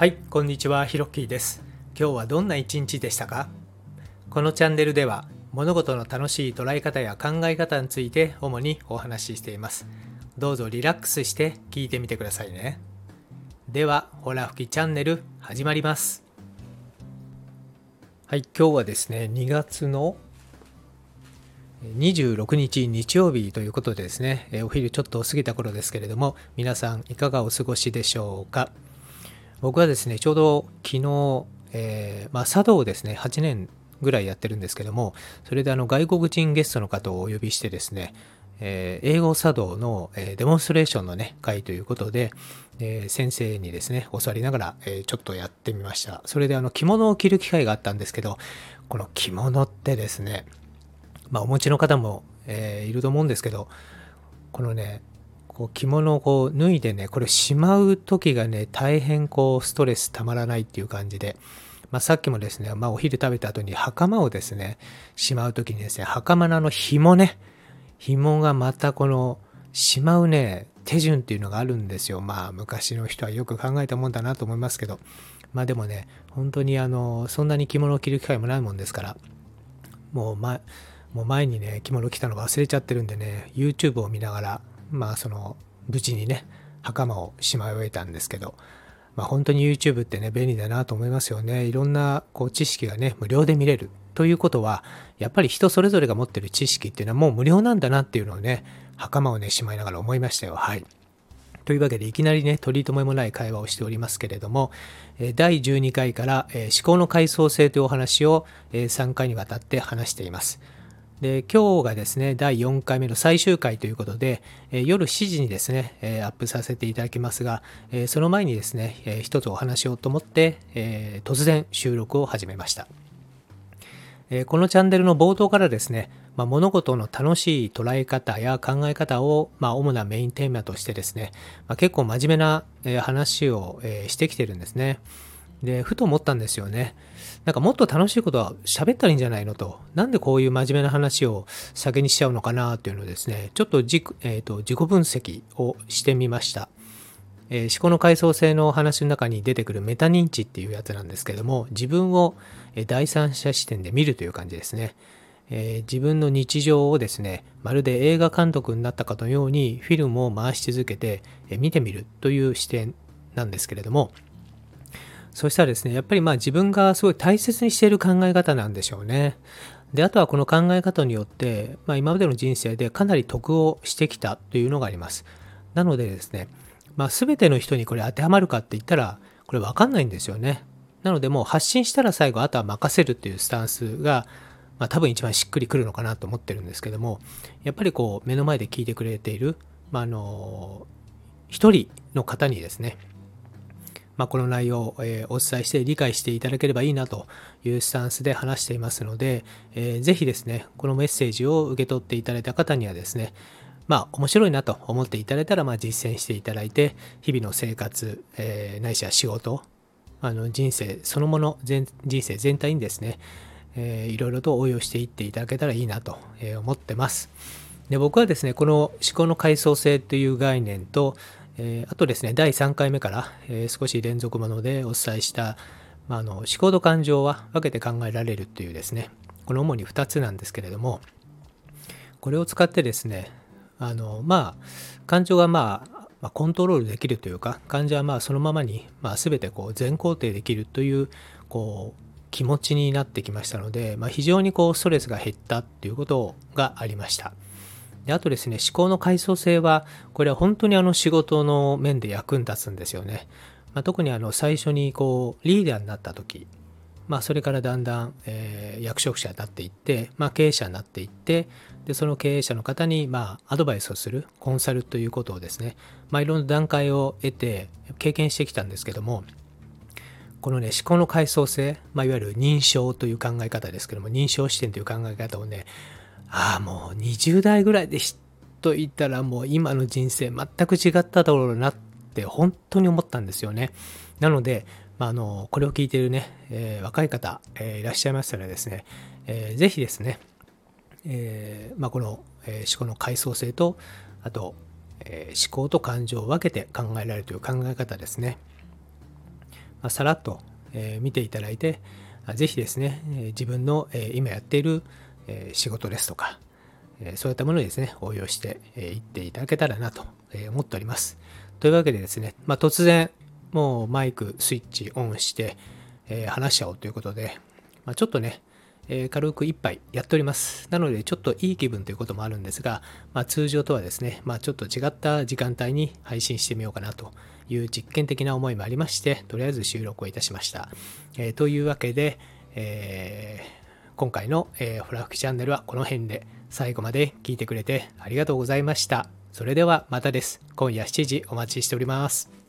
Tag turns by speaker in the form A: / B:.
A: はい、こんにちは、ひろっきーです。今日はどんな一日でしたか？このチャンネルでは物事の楽しい捉え方や考え方について主にお話ししています。どうぞリラックスして聞いてみてくださいね。では、ほら吹きチャンネル始まります。はい、今日はですね、2月の26日日曜日ということでですね、お昼ちょっと過ぎた頃ですけれども、皆さんいかがお過ごしでしょうか？僕はですね、ちょうど昨日、茶道をですね、8年ぐらいやってるんですけども、それで外国人ゲストの方をお呼びしてですね、英語茶道の、デモンストレーションのね、会ということで、先生にですね、教わりながら、ちょっとやってみました。それで着物を着る機会があったんですけど、この着物ってですね、お持ちの方も、いると思うんですけど、このね、着物を脱いでね、これしまう時がね、大変ストレスたまらないっていう感じで、さっきもですね、お昼食べた後に袴をですね、しまう時にですね、袴の紐がまたしまうね、手順っていうのがあるんですよ。昔の人はよく考えたもんだなと思いますけど、でもね、本当にそんなに着物を着る機会もないもんですから、もう前にね、着物着たの忘れちゃってるんでね、YouTube を見ながら、無事にね、袴をしまい終えたんですけど、本当に YouTube ってね、便利だなと思いますよね。いろんな知識がね、無料で見れる。ということは、やっぱり人それぞれが持ってる知識っていうのはもう無料なんだなっていうのをね、袴をね、しまいながら思いましたよ。はい。というわけで、いきなりね、取り留めもない会話をしておりますけれども、第12回から思考の階層性というお話を3回にわたって話しています。で、今日がですね、第4回目の最終回ということで、夜7時にですね、アップさせていただきますが、その前にですね、一つお話しようと思って、突然収録を始めました。このチャンネルの冒頭からですね、物事の楽しい捉え方や考え方を、主なメインテーマとしてですね、結構真面目な話をしてきてるんですね。で、ふと思ったんですよね。なんかもっと楽しいことは喋ったらいいんじゃないのと。なんでこういう真面目な話を先にしちゃうのかなというのをですね、ちょっと自己分析をしてみました。思考の階層性の話の中に出てくるメタ認知っていうやつなんですけども、自分を第三者視点で見るという感じですね。自分の日常をですね、まるで映画監督になったかのようにフィルムを回し続けて見てみるという視点なんですけれども、そしたらですね、やっぱり自分がすごい大切にしている考え方なんでしょうね。で、あとはこの考え方によって、今までの人生でかなり得をしてきたというのがあります。なのでですね、全ての人にこれ当てはまるかって言ったら、これ分かんないんですよね。なのでもう発信したら最後、あとは任せるっていうスタンスが、多分一番しっくりくるのかなと思ってるんですけども、やっぱり目の前で聞いてくれている、一人の方にですね、この内容をお伝えして理解していただければいいなというスタンスで話していますので、ぜひですね、このメッセージを受け取っていただいた方にはですね、面白いなと思っていただいたら、実践していただいて、日々の生活、ないしは仕事、人生そのもの、人生全体にですね、いろいろと応用していっていただけたらいいなと思ってます。で、僕はですね、この思考の階層性という概念と、あとですね、第3回目から、少し連続ものでお伝えした、思考と感情は分けて考えられるというですね、この主に2つなんですけれども、これを使ってですね、感情がコントロールできるというか、感情はそのままに、全て全肯定できるという、気持ちになってきましたので、非常にストレスが減ったということがありました。で、あとですね、思考の階層性は、これは本当に仕事の面で役に立つんですよね。特に最初にリーダーになった時、それからだんだん、役職者になっていって、経営者になっていって、で、その経営者の方に、アドバイスをする、コンサルということをですね、いろんな段階を得て、経験してきたんですけども、このね、思考の階層性、いわゆる認証という考え方ですけども、認証視点という考え方をね、もう20代ぐらいでと言ったらもう今の人生全く違っただろうなって本当に思ったんですよね。なので、これを聞いているね、若い方、いらっしゃいましたらですね、ぜひですね、この、思考の階層性と、あと、思考と感情を分けて考えられるという考え方ですね。 さらっと見ていただいて、ぜひですね、自分の今やっている仕事ですとか、そういったものにですね、応用していっていただけたらなと思っております。というわけでですね、突然、もうマイクスイッチオンして、話しちゃおうということで、ちょっとね、軽く一杯やっております。なので、ちょっといい気分ということもあるんですが、通常とはですね、ちょっと違った時間帯に配信してみようかなという実験的な思いもありまして、とりあえず収録をいたしました。というわけで、今回の、ほら吹きチャンネルはこの辺で、最後まで聞いてくれてありがとうございました。それではまたです。今夜7時お待ちしております。